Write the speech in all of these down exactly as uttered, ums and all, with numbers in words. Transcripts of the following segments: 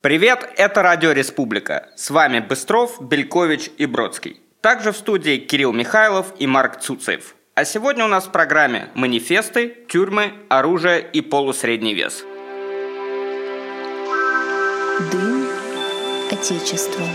Привет, это Радио Республика. С вами Быстров, Белькович и Бродский. Также в студии Кирилл Михайлов и Марк Цуцев. А сегодня у нас в программе манифесты, тюрьмы, оружие и полусредний вес. Дым Отечества.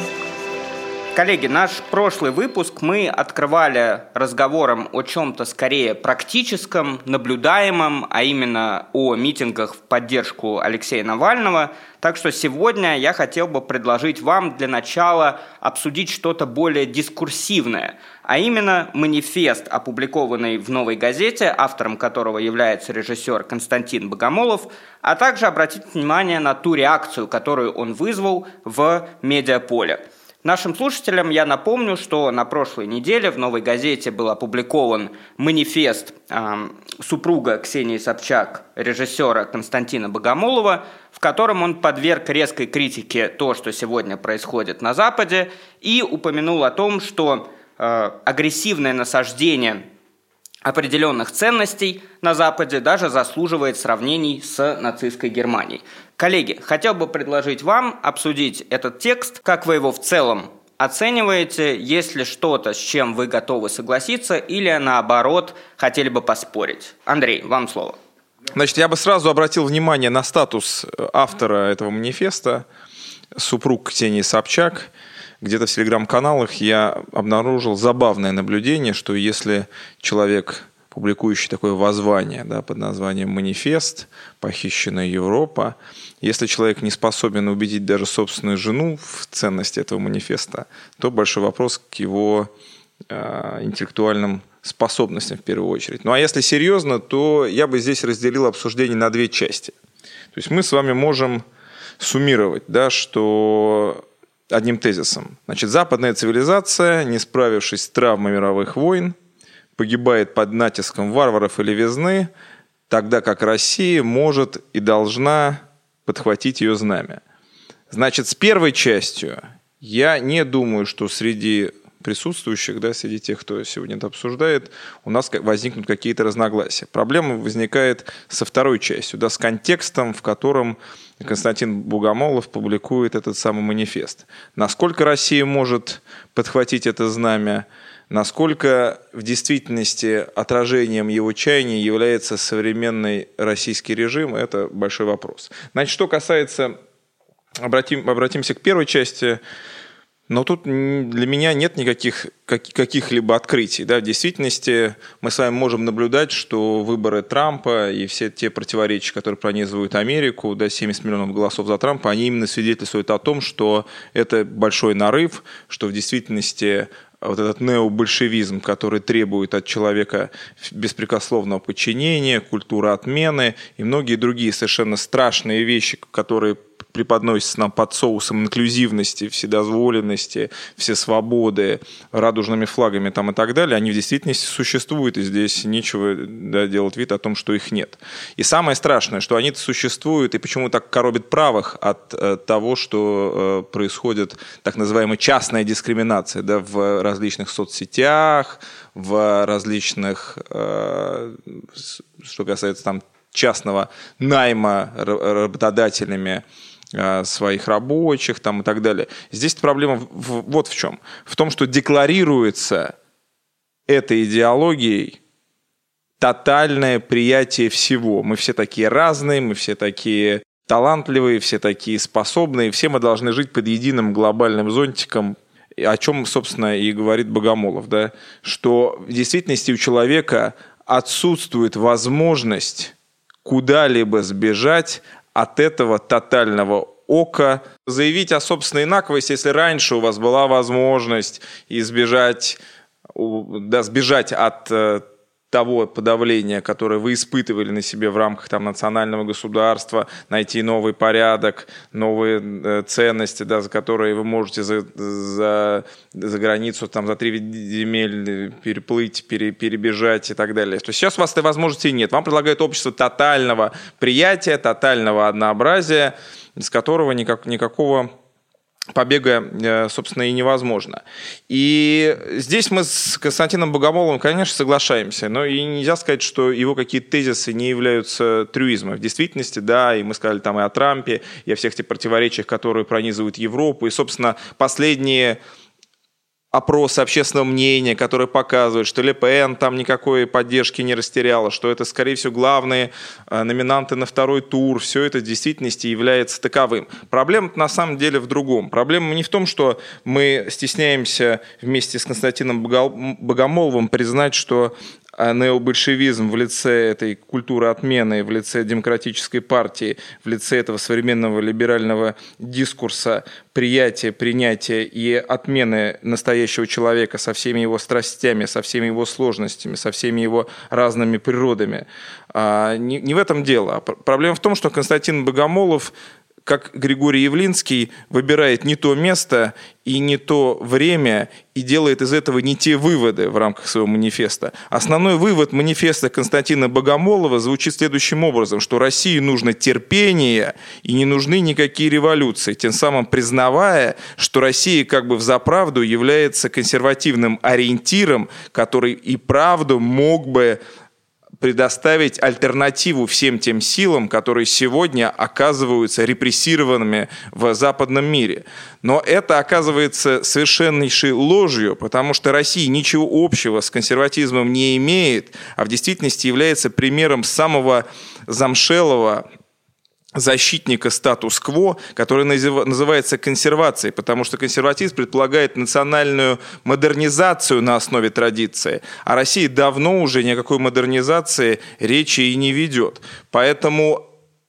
Коллеги, наш прошлый выпуск мы открывали разговором о чем-то скорее практическом, наблюдаемом, а именно о митингах в поддержку Алексея Навального. Так что сегодня я хотел бы предложить вам для начала обсудить что-то более дискурсивное, а именно манифест, опубликованный в «Новой газете», автором которого является режиссер Константин Богомолов, а также обратить внимание на ту реакцию, которую он вызвал в медиаполе. Нашим слушателям я напомню, что на прошлой неделе в «Новой газете» был опубликован манифест э, супруга Ксении Собчак, режиссера Константина Богомолова, в котором он подверг резкой критике то, что сегодня происходит на Западе, и упомянул о том, что э, агрессивное насаждение определенных ценностей на Западе даже заслуживает сравнений с нацистской Германией. Коллеги, хотел бы предложить вам обсудить этот текст, как вы его в целом оцениваете, есть ли что-то, с чем вы готовы согласиться, или наоборот, хотели бы поспорить. Андрей, вам слово. Значит, я бы сразу обратил внимание на статус автора этого манифеста, супруг Ксении Собчак. Где-то в телеграм-каналах я обнаружил забавное наблюдение, что если человек, публикующий такое воззвание, да, под названием «Манифест», «Похищенная Европа», если человек не способен убедить даже собственную жену в ценности этого манифеста, то большой вопрос к его э, интеллектуальным способностям в первую очередь. Ну а если серьезно, то я бы здесь разделил обсуждение на две части. То есть мы с вами можем суммировать, да, что... одним тезисом. Значит, западная цивилизация, не справившись с травмой мировых войн, погибает под натиском варваров и левизны, тогда как Россия может и должна подхватить ее знамя. Значит, с первой частью я не думаю, что среди присутствующих, да, среди тех, кто сегодня это обсуждает, у нас возникнут какие-то разногласия. Проблема возникает со второй частью, да, с контекстом, в котором Константин Богомолов публикует этот самый манифест. Насколько Россия может подхватить это знамя, насколько в действительности отражением его чаяния является современный российский режим, это большой вопрос. Значит, что касается, обратим, обратимся к первой части, но тут для меня нет никаких каких-либо открытий. Да? В действительности мы с вами можем наблюдать, что выборы Трампа и все те противоречия, которые пронизывают Америку, да, семьдесят миллионов голосов за Трампа, они именно свидетельствуют о том, что это большой нарыв, что в действительности вот этот необольшевизм, который требует от человека беспрекословного подчинения, культуры отмены и многие другие совершенно страшные вещи, которые преподносятся нам под соусом инклюзивности, вседозволенности, всесвободы, радужными флагами там и так далее, они в действительности существуют, и здесь нечего, да, делать вид о том, что их нет. И самое страшное, что они существуют, и почему так коробит правых от э, того, что э, происходит так называемая частная дискриминация, да, в различных соцсетях, в различных, э, что касается там частного найма работодателями своих рабочих там, и так далее. Здесь проблема в, вот в чем. В том, что декларируется этой идеологией тотальное приятие всего. Мы все такие разные, мы все такие талантливые, все такие способные, все мы должны жить под единым глобальным зонтиком, о чем, собственно, и говорит Богомолов, да? Что в действительности у человека отсутствует возможность куда-либо сбежать от этого тотального ока, заявить о собственной инаковости, если раньше у вас была возможность избежать, да, сбежать от того подавления, которое вы испытывали на себе в рамках там, национального государства, найти новый порядок, новые э, ценности, да, за которые вы можете за, за, за границу там, за три земель переплыть, пере, перебежать и так далее. То есть сейчас у вас этой возможности нет. Вам предлагают общество тотального приятия, тотального однообразия, из которого никак, никакого побега, собственно, и невозможно. И здесь мы с Константином Богомоловым, конечно, соглашаемся, но и нельзя сказать, что его какие-то тезисы не являются трюизмом. В действительности, да, и мы сказали там и о Трампе, и о всех тех противоречиях, которые пронизывают Европу, и, собственно, последние опросы общественного мнения, которые показывают, что Ле Пен там никакой поддержки не растеряла, что это, скорее всего, главные номинанты на второй тур. Все это в действительности является таковым. Проблема на самом деле в другом. Проблема не в том, что мы стесняемся вместе с Константином Богомоловым признать, что необольшевизм в лице этой культуры отмены, в лице демократической партии, в лице этого современного либерального дискурса приятия, принятия и отмены настоящего человека со всеми его страстями, со всеми его сложностями, со всеми его разными природами. Не в этом дело. Проблема в том, что Константин Богомолов, как Григорий Явлинский, выбирает не то место и не то время и делает из этого не те выводы в рамках своего манифеста. Основной вывод манифеста Константина Богомолова звучит следующим образом, что России нужно терпение и не нужны никакие революции, тем самым признавая, что Россия как бы взаправду является консервативным ориентиром, который и правду мог бы предоставить альтернативу всем тем силам, которые сегодня оказываются репрессированными в западном мире. Но это оказывается совершеннейшей ложью, потому что Россия ничего общего с консерватизмом не имеет, а в действительности является примером самого замшелого защитника статус-кво, который называется консервацией, потому что консерватизм предполагает национальную модернизацию на основе традиции, а Россия давно уже ни о какой модернизации речи и не ведет. Поэтому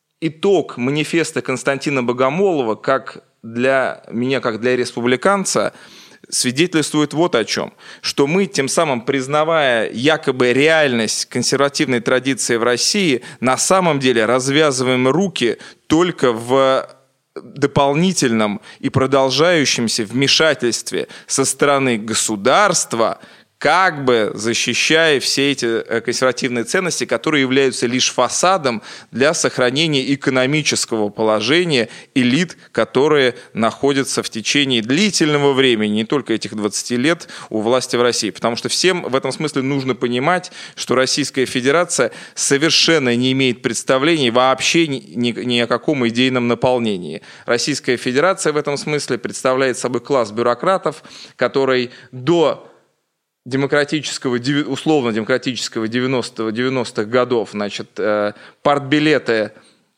итог манифеста Константина Богомолова, как для меня, как для республиканца, свидетельствует вот о чем, что мы, тем самым признавая якобы реальность консервативной традиции в России, на самом деле развязываем руки только в дополнительном и продолжающемся вмешательстве со стороны государства, как бы защищая все эти консервативные ценности, которые являются лишь фасадом для сохранения экономического положения элит, которые находятся в течение длительного времени, не только этих двадцати лет, у власти в России. Потому что всем в этом смысле нужно понимать, что Российская Федерация совершенно не имеет представлений вообще ни, ни, ни о каком идейном наполнении. Российская Федерация в этом смысле представляет собой класс бюрократов, который до демократического, условно-демократического девяностых годов, значит, партбилеты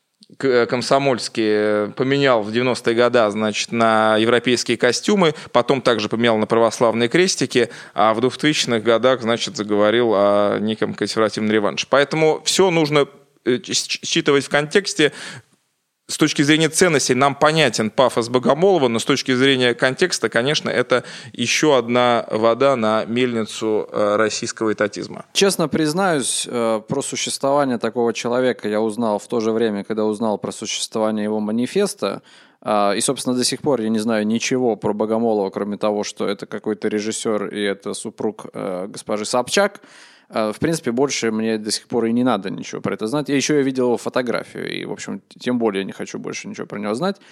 комсомольские поменял в девяностые годы, значит, на европейские костюмы, потом также поменял на православные крестики, а в двухтысячных годах, значит, заговорил о неком консервативном реванше. Поэтому все нужно считывать в контексте. С точки зрения ценностей нам понятен пафос Богомолова, но с точки зрения контекста, конечно, это еще одна вода на мельницу российского этатизма. Честно признаюсь, про существование такого человека я узнал в то же время, когда узнал про существование его манифеста. И, собственно, до сих пор я не знаю ничего про Богомолова, кроме того, что это какой-то режиссер и это супруг госпожи Собчак. В принципе, больше мне до сих пор и не надо ничего про это знать. Я еще и видел его фотографию, и, в общем, тем более не хочу больше ничего про него знать.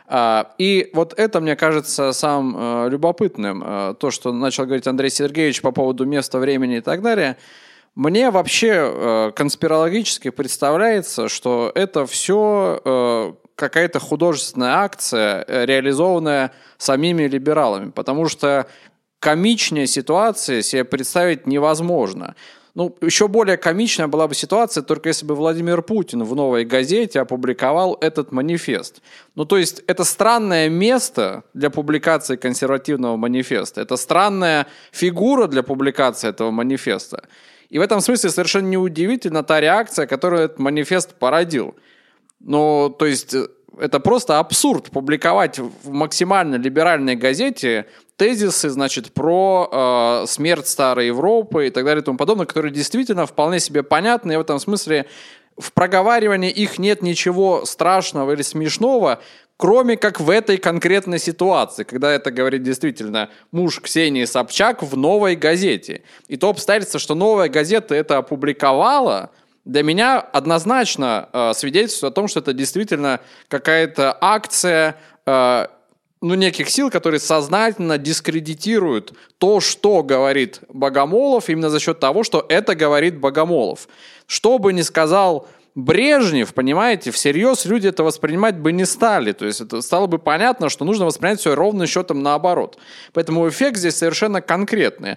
И вот это, мне кажется, самым любопытным. То, что начал говорить Андрей Сергеевич по поводу места, времени и так далее. Мне вообще конспирологически представляется, что это все какая-то художественная акция, реализованная самими либералами, потому что комичнее ситуации себе представить невозможно. Ну, еще более комичная была бы ситуация, только если бы Владимир Путин в «Новой газете» опубликовал этот манифест. Ну, то есть, это странное место для публикации консервативного манифеста. Это странная фигура для публикации этого манифеста. И в этом смысле совершенно неудивительна та реакция, которую этот манифест породил. Ну, то есть, это просто абсурд публиковать в максимально либеральной газете тезисы, значит, про э, смерть старой Европы и так далее и тому подобное, которые действительно вполне себе понятны, и в этом смысле в проговаривании их нет ничего страшного или смешного, кроме как в этой конкретной ситуации, когда это говорит действительно муж Ксении Собчак в «Новой газете». И то обстоятельство, что «Новая газета» это опубликовала, для меня однозначно э, свидетельствует о том, что это действительно какая-то акция, э, ну, неких сил, которые сознательно дискредитируют то, что говорит Богомолов, именно за счет того, что это говорит Богомолов. Что бы ни сказал Брежнев, понимаете, всерьез люди это воспринимать бы не стали. То есть это стало бы понятно, что нужно воспринять все ровным счетом наоборот. Поэтому эффект здесь совершенно конкретный.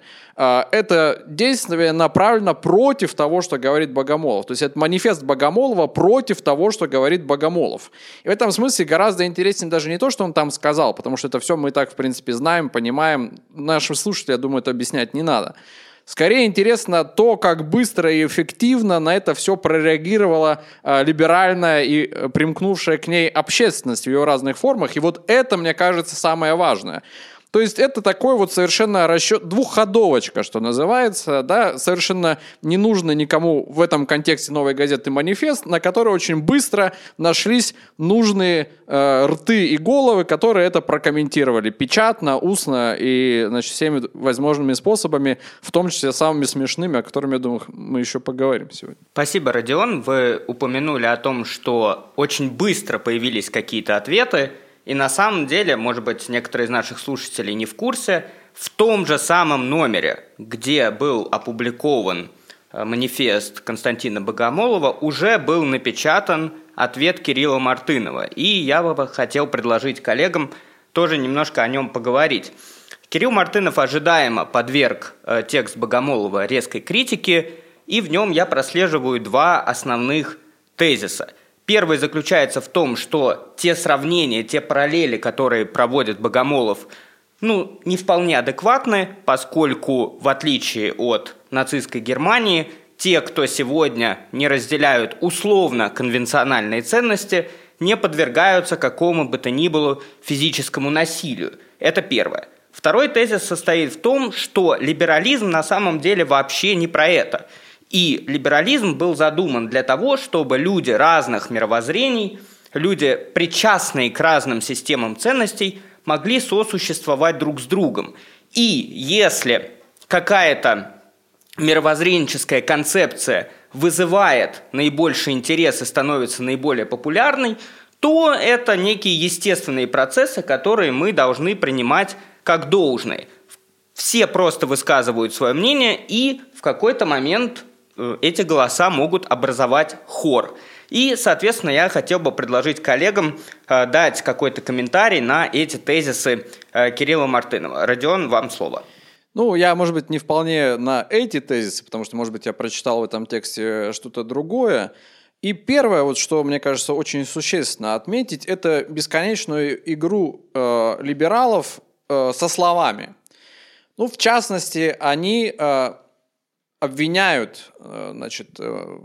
Это действие направлено против того, что говорит Богомолов. То есть это манифест Богомолова против того, что говорит Богомолов. И в этом смысле гораздо интереснее даже не то, что он там сказал, потому что это все мы и так, в принципе, знаем, понимаем. Нашим слушателям, я думаю, это объяснять не надо. Скорее интересно то, как быстро и эффективно на это все прореагировала э, либеральная и э, примкнувшая к ней общественность в ее разных формах. И вот это, мне кажется, самое важное. То есть это такой вот совершенно расчет, двухходовочка, что называется, да, совершенно не нужно никому в этом контексте «Новой газеты» манифест, на который очень быстро нашлись нужные э, рты и головы, которые это прокомментировали печатно, устно и, значит, всеми возможными способами, в том числе самыми смешными, о которых, я думаю, мы еще поговорим сегодня. Спасибо, Родион. Вы упомянули о том, что очень быстро появились какие-то ответы. И на самом деле, может быть, некоторые из наших слушателей не в курсе, в том же самом номере, где был опубликован манифест Константина Богомолова, уже был напечатан ответ Кирилла Мартынова. И я бы хотел предложить коллегам тоже немножко о нем поговорить. Кирилл Мартынов ожидаемо подверг текст Богомолова резкой критике, и в нем я прослеживаю два основных тезиса. Первый заключается в том, что те сравнения, те параллели, которые проводит Богомолов, ну, не вполне адекватны, поскольку, в отличие от нацистской Германии, те, кто сегодня не разделяют условно-конвенциональные ценности, не подвергаются какому бы то ни было физическому насилию. Это первое. Второй тезис состоит в том, что либерализм на самом деле вообще не про это. И либерализм был задуман для того, чтобы люди разных мировоззрений, люди, причастные к разным системам ценностей, могли сосуществовать друг с другом. И если какая-то мировоззренческая концепция вызывает наибольший интерес и становится наиболее популярной, то это некие естественные процессы, которые мы должны принимать как должные. Все просто высказывают свое мнение, и в какой-то момент эти голоса могут образовать хор. И, соответственно, я хотел бы предложить коллегам э, дать какой-то комментарий на эти тезисы э, Кирилла Мартынова. Родион, вам слово. Ну, я, может быть, не вполне на эти тезисы, потому что, может быть, я прочитал в этом тексте что-то другое. И первое, вот, что, мне кажется, очень существенно отметить, это бесконечную игру э, либералов э, со словами. Ну, в частности, они... Э, обвиняют, значит,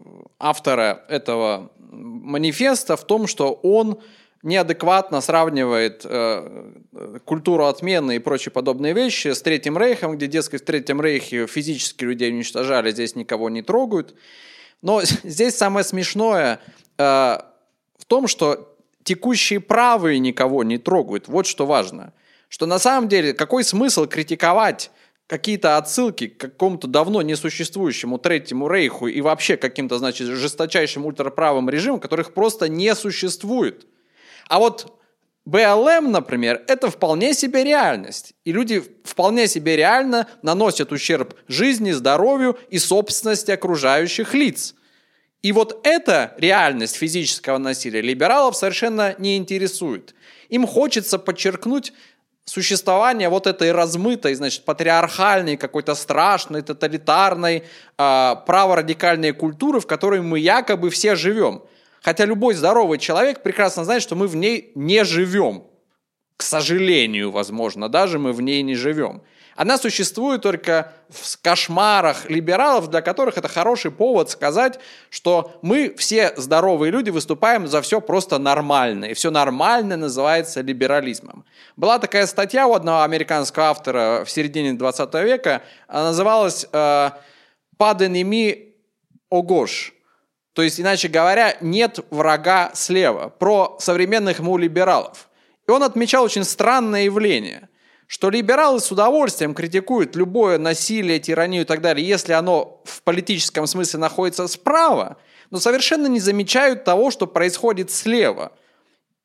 автора этого манифеста в том, что он неадекватно сравнивает культуру отмены и прочие подобные вещи с Третьим Рейхом, где, дескать, в Третьем Рейхе физически людей уничтожали, здесь никого не трогают. Но здесь самое смешное в том, что текущие правые никого не трогают. Вот что важно. Что на самом деле какой смысл критиковать какие-то отсылки к какому-то давно несуществующему Третьему Рейху и вообще каким-то, значит, жесточайшим ультраправым режимам, которых просто не существует. А вот БЛМ, например, это вполне себе реальность. И люди вполне себе реально наносят ущерб жизни, здоровью и собственности окружающих лиц. И вот эта реальность физического насилия либералов совершенно не интересует. Им хочется подчеркнуть существование вот этой размытой, значит, патриархальной, какой-то страшной, тоталитарной, э, праворадикальной культуры, в которой мы якобы все живем. Хотя любой здоровый человек прекрасно знает, что мы в ней не живем. К сожалению, возможно, даже мы в ней не живем. Она существует только в кошмарах либералов, для которых это хороший повод сказать, что мы все здоровые люди выступаем за все просто нормально. И все нормальное называется либерализмом. Была такая статья у одного американского автора в середине двадцатого века, она называлась «Pas d'ennemi à gauche». То есть, иначе говоря, нет врага слева. Про современных ему либералов. И он отмечал очень странное явление, что либералы с удовольствием критикуют любое насилие, тиранию и так далее, если оно в политическом смысле находится справа, но совершенно не замечают того, что происходит слева.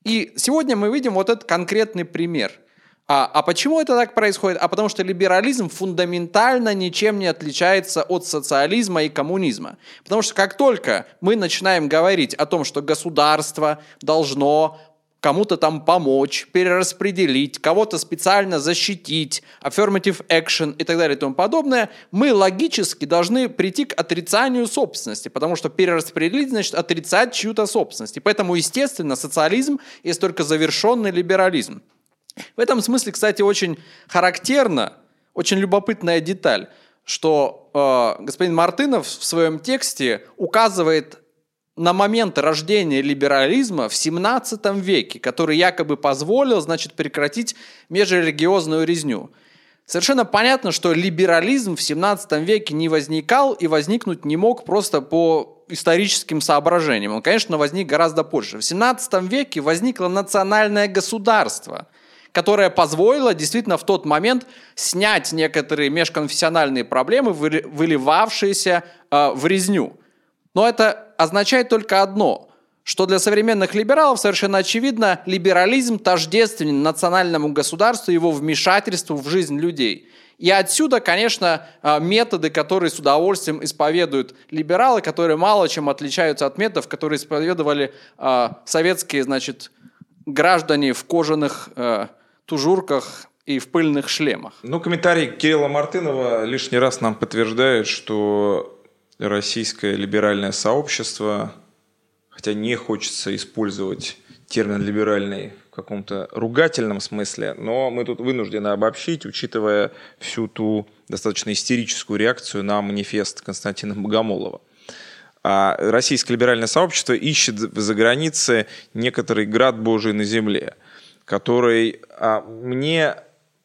И сегодня мы видим вот этот конкретный пример. А, а почему это так происходит? А потому что либерализм фундаментально ничем не отличается от социализма и коммунизма. Потому что как только мы начинаем говорить о том, что государство должно кому-то там помочь, перераспределить, кого-то специально защитить, affirmative action и так далее и тому подобное, мы логически должны прийти к отрицанию собственности, потому что перераспределить значит отрицать чью-то собственность. И поэтому, естественно, социализм есть только завершенный либерализм. В этом смысле, кстати, очень характерна, очень любопытная деталь, что э, господин Мартынов в своем тексте указывает на момент рождения либерализма в семнадцатом веке, который якобы позволил, значит, прекратить межрелигиозную резню. Совершенно понятно, что либерализм в семнадцатом веке не возникал и возникнуть не мог просто по историческим соображениям. Он, конечно, возник гораздо позже. В семнадцатом веке возникло национальное государство, которое позволило действительно в тот момент снять некоторые межконфессиональные проблемы, выливавшиеся э, в резню. Но это означает только одно, что для современных либералов совершенно очевидно, либерализм тождественен национальному государству, его вмешательству в жизнь людей. И отсюда, конечно, методы, которые с удовольствием исповедуют либералы, которые мало чем отличаются от методов, которые исповедовали э, советские, значит, граждане в кожаных э, тужурках и в пыльных шлемах. Ну, комментарий Кирилла Мартынова лишний раз нам подтверждает, что российское либеральное сообщество, хотя не хочется использовать термин «либеральный» в каком-то ругательном смысле, но мы тут вынуждены обобщить, учитывая всю ту достаточно истерическую реакцию на манифест Константина Богомолова. А российское либеральное сообщество ищет за границей некоторый град Божий на земле, который, а, мне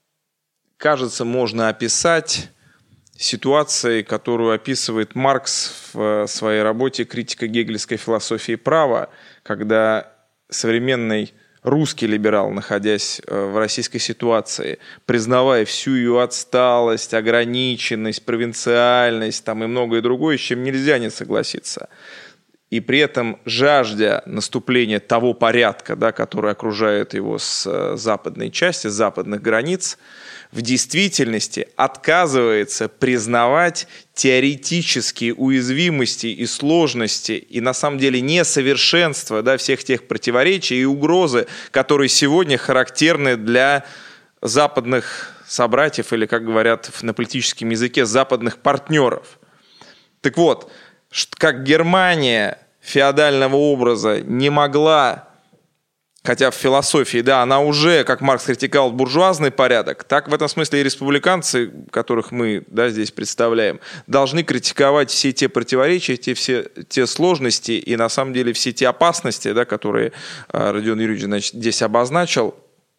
кажется, можно описать ситуацией, которую описывает Маркс в своей работе «Критика гегельской философии права», когда современный русский либерал, находясь в российской ситуации, признавая всю ее отсталость, ограниченность, провинциальность там, и многое другое, с чем нельзя не согласиться, и при этом жаждя наступления того порядка, да, который окружает его с западной части, с западных границ, в действительности отказывается признавать теоретические уязвимости и сложности и на самом деле несовершенство, да, всех тех противоречий и угрозы, которые сегодня характерны для западных собратьев или, как говорят на политическом языке, западных партнеров. Так вот, как Германия феодального образа не могла, хотя в философии, да, она уже, как Маркс критиковал, буржуазный порядок, так в этом смысле и республиканцы, которых мы, да, здесь представляем, должны критиковать все те противоречия, те, все, те сложности и на самом деле все те опасности, да, которые Родион Юрьевич, значит, здесь обозначил.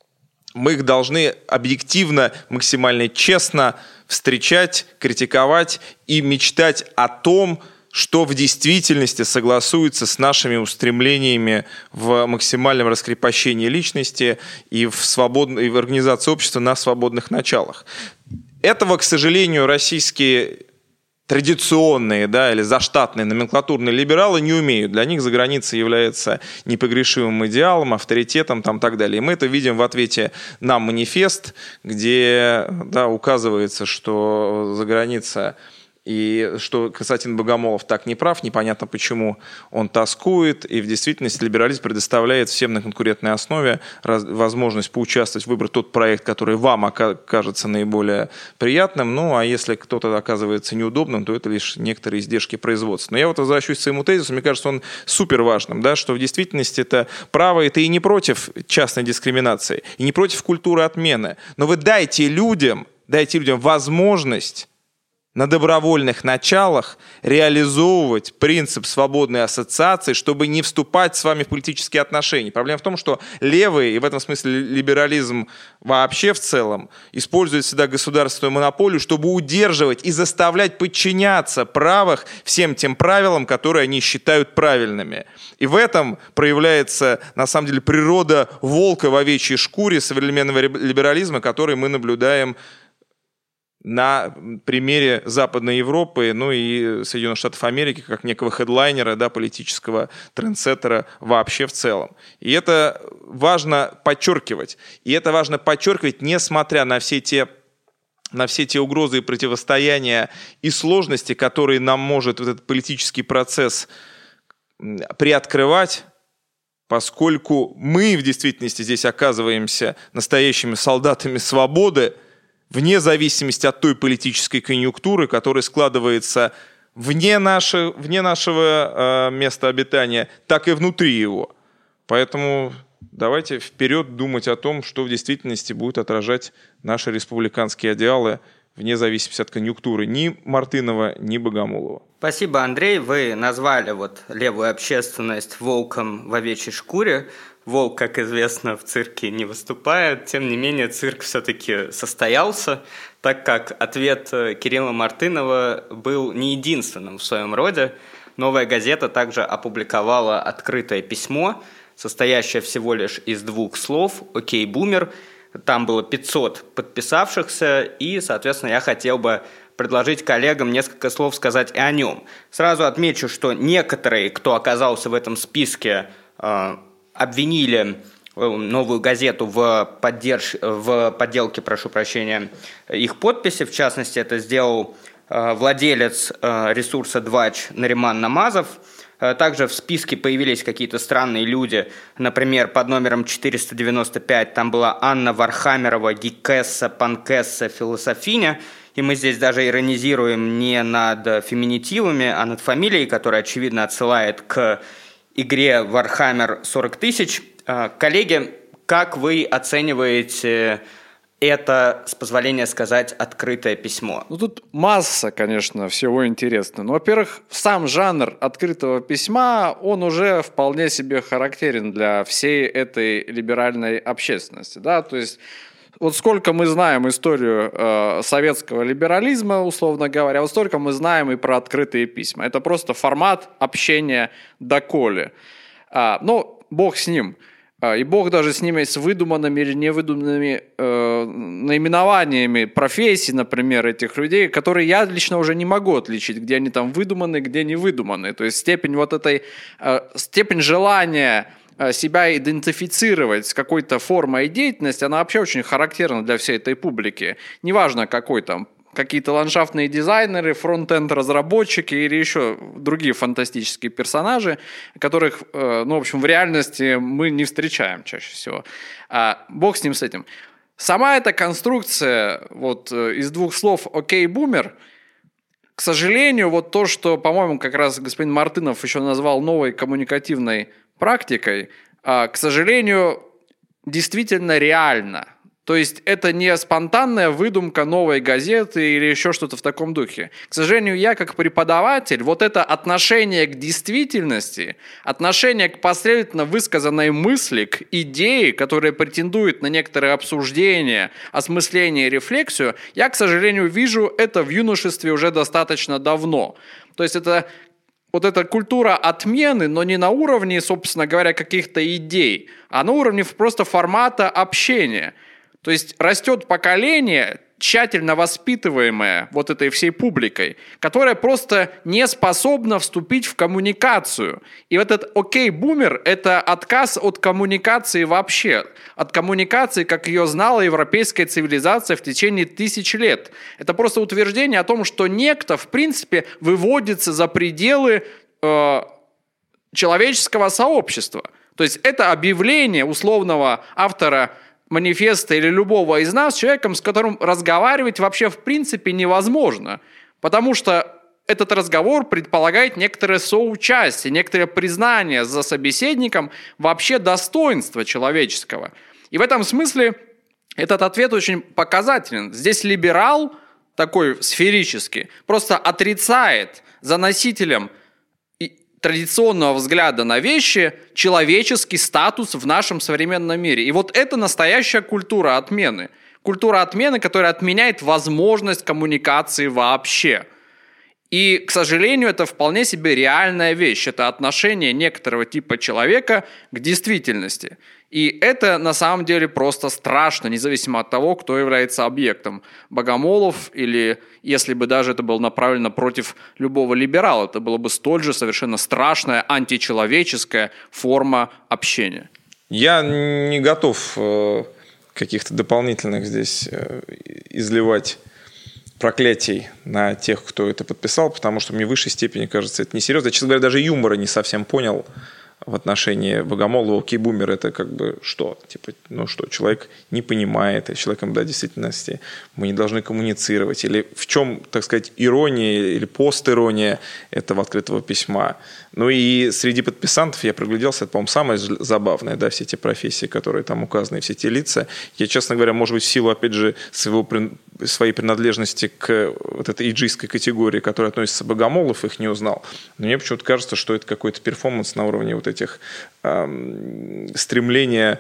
Мы их должны объективно, максимально честно встречать, критиковать и мечтать о том, что в действительности согласуется с нашими устремлениями в максимальном раскрепощении личности и в, свободной, и в организации общества на свободных началах. Этого, к сожалению, российские традиционные, да, или заштатные номенклатурные либералы не умеют. Для них за границей является непогрешимым идеалом, авторитетом и так далее. И мы это видим в ответе на манифест, где, да, указывается, что за граница и что Константин Богомолов так не прав, непонятно, почему он тоскует, и в действительности либерализм предоставляет всем на конкурентной основе возможность поучаствовать, выбрать тот проект, который вам окажется наиболее приятным, ну, а если кто-то оказывается неудобным, то это лишь некоторые издержки производства. Но я вот возвращусь к своему тезису, мне кажется, он супер важным, да, что в действительности это право, это и не против частной дискриминации, и не против культуры отмены, но вы дайте людям, дайте людям возможность на добровольных началах реализовывать принцип свободной ассоциации, чтобы не вступать с вами в политические отношения. Проблема в том, что левые, и в этом смысле либерализм вообще в целом, используют всегда государственную монополию, чтобы удерживать и заставлять подчиняться правых всем тем правилам, которые они считают правильными. И в этом проявляется, на самом деле, природа волка в овечьей шкуре современного либерализма, который мы наблюдаем на примере Западной Европы, ну и Соединенных Штатов Америки, как некого хедлайнера, да, политического трендсеттера вообще в целом. И это важно подчеркивать. И это важно подчеркивать, несмотря на все те, на все те угрозы и противостояния и сложности, которые нам может вот этот политический процесс приоткрывать, поскольку мы в действительности здесь оказываемся настоящими солдатами свободы, вне зависимости от той политической конъюнктуры, которая складывается вне, нашей, вне нашего э, места обитания, так и внутри его. Поэтому давайте вперед думать о том, что в действительности будет отражать наши республиканские идеалы вне зависимости от конъюнктуры ни Мартынова, ни Богомолова. Спасибо, Андрей. Вы назвали вот левую общественность волком в овечьей шкуре. Волк, как известно, в цирке не выступает. Тем не менее, цирк все-таки состоялся, так как ответ Кирилла Мартынова был не единственным в своем роде. «Новая газета» также опубликовала открытое письмо, состоящее всего лишь из двух слов «Окей, бумер». Там было пятьсот подписавшихся, и, соответственно, я хотел бы предложить коллегам несколько слов сказать и о нем. Сразу отмечу, что некоторые, кто оказался в этом списке, обвинили «Новую газету» в, поддерж... в подделке, прошу прощения, их подписи. В частности, это сделал владелец ресурса «Двач» Нариман Намазов. Также в списке появились какие-то странные люди. Например, под номером четыреста девяносто пять там была Анна Вархаммерова, Гикесса, Панкесса, Философиня. И мы здесь даже иронизируем не над феминитивами, а над фамилией, которая, очевидно, отсылает к игре Warhammer сорок тысяч. Коллеги, как вы оцениваете это, с позволения сказать, открытое письмо? Ну, тут масса, конечно, всего интересного. Ну, во-первых, сам жанр открытого письма, он уже вполне себе характерен для всей этой либеральной общественности. Да? То есть вот сколько мы знаем историю э, советского либерализма, условно говоря, вот столько мы знаем и про открытые письма. Это просто формат общения доколе. А, ну, бог с ним. А, и бог даже с ними, с выдуманными или невыдуманными э, наименованиями профессий, например, этих людей, которые я лично уже не могу отличить, где они там выдуманы, где не выдуманы. То есть степень вот этой, э, степень желания себя идентифицировать с какой-то формой деятельности, она вообще очень характерна для всей этой публики. Неважно, какой там, какие-то ландшафтные дизайнеры, фронт-энд-разработчики или еще другие фантастические персонажи, которых, ну, в общем, в реальности мы не встречаем чаще всего. А бог с ним, с этим. Сама эта конструкция вот из двух слов «окей, бумер», к сожалению, вот то, что, по-моему, как раз господин Мартынов еще назвал новой коммуникативной практикой, к сожалению, действительно реально. То есть это не спонтанная выдумка новой газеты или еще что-то в таком духе. К сожалению, я как преподаватель, вот это отношение к действительности, отношение к последовательно высказанной мысли, к идее, которая претендует на некоторые обсуждения, осмысление и рефлексию, я, к сожалению, вижу это в юношестве уже достаточно давно. То есть это вот эта культура отмены, но не на уровне, собственно говоря, каких-то идей, а на уровне просто формата общения. То есть растет поколение, тщательно воспитываемое вот этой всей публикой, которая просто не способна вступить в коммуникацию. И вот этот окей-бумер – это отказ от коммуникации вообще, от коммуникации, как ее знала европейская цивилизация в течение тысяч лет. Это просто утверждение о том, что некто, в принципе, выводится за пределы э, человеческого сообщества. То есть это объявление условного автора манифеста или любого из нас человеком, с которым разговаривать вообще в принципе невозможно, потому что этот разговор предполагает некоторое соучастие, некоторое признание за собеседником вообще достоинства человеческого. И в этом смысле этот ответ очень показателен. Здесь либерал, такой сферический, просто отрицает за носителем традиционного взгляда на вещи человеческий статус в нашем современном мире. И вот это настоящая культура отмены. Культура отмены, которая отменяет возможность коммуникации вообще. И, к сожалению, это вполне себе реальная вещь. Это отношение некоторого типа человека к действительности. И это на самом деле просто страшно, независимо от того, кто является объектом. Богомолов или, если бы даже это было направлено против любого либерала, это было бы столь же совершенно страшная античеловеческая форма общения. Я не готов э, каких-то дополнительных здесь э, изливать проклятий на тех, кто это подписал, потому что мне в высшей степени кажется это несерьезно. Я, честно говоря, даже юмора не совсем понял в отношении Богомолова. Окей-бумер — это как бы что? Типа, ну что, человек не понимает, и с человеком, да, в действительности мы не должны коммуницировать. Или в чем, так сказать, ирония или постирония этого открытого письма? Ну и среди подписантов я пригляделся, это, по-моему, самое забавное, да, все те профессии, которые там указаны, все те лица. Я, честно говоря, может быть, в силу, опять же, своего, своей принадлежности к вот этой иджистской категории, которая относится к Богомолов, их не узнал. Но мне почему-то кажется, что это какой-то перформанс на уровне вот этих эм, стремления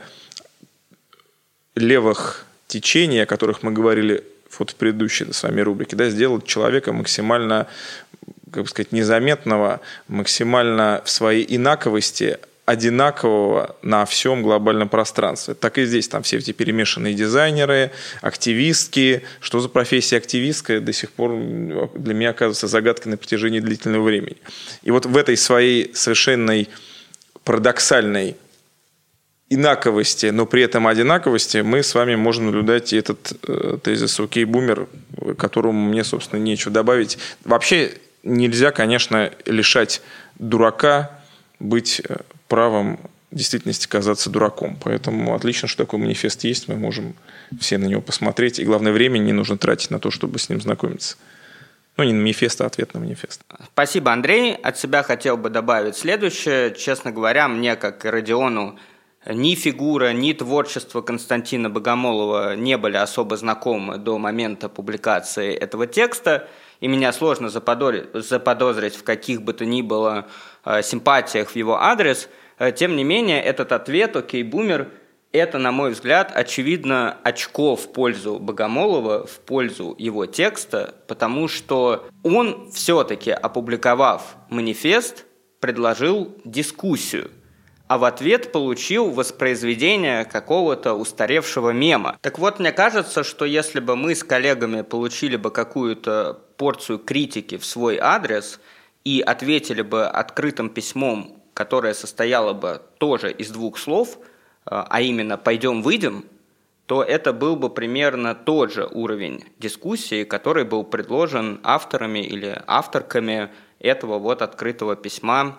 левых течений, о которых мы говорили вот в предыдущей с вами рубрике, да, сделать человека максимально, как бы сказать, незаметного, максимально в своей инаковости, одинакового на всем глобальном пространстве. Так и здесь, там все эти перемешанные дизайнеры, активистки. Что за профессия активистка, до сих пор для меня оказывается загадкой на протяжении длительного времени. И вот в этой своей совершенной парадоксальной инаковости, но при этом одинаковости мы с вами можем наблюдать этот э, тезис «окей-бумер», которому мне, собственно, нечего добавить. Вообще нельзя, конечно, лишать дурака быть правом в действительности казаться дураком. Поэтому отлично, что такой манифест есть, мы можем все на него посмотреть. И главное, времени не нужно тратить на то, чтобы с ним знакомиться. Ну, не на манифест, а ответ на манифест. Спасибо, Андрей. От себя хотел бы добавить следующее. Честно говоря, мне, как и Родиону, ни фигура, ни творчество Константина Богомолова не были особо знакомы до момента публикации этого текста, и меня сложно заподозрить в каких бы то ни было симпатиях в его адрес. Тем не менее, этот ответ «окей-бумер» – это, на мой взгляд, очевидно очко в пользу Богомолова, в пользу его текста, потому что он, все-таки опубликовав манифест, предложил дискуссию, а в ответ получил воспроизведение какого-то устаревшего мема. Так вот, мне кажется, что если бы мы с коллегами получили бы какую-то порцию критики в свой адрес и ответили бы открытым письмом, которое состояло бы тоже из двух слов, а именно «пойдем-выйдем», то это был бы примерно тот же уровень дискуссии, который был предложен авторами или авторками этого вот открытого письма,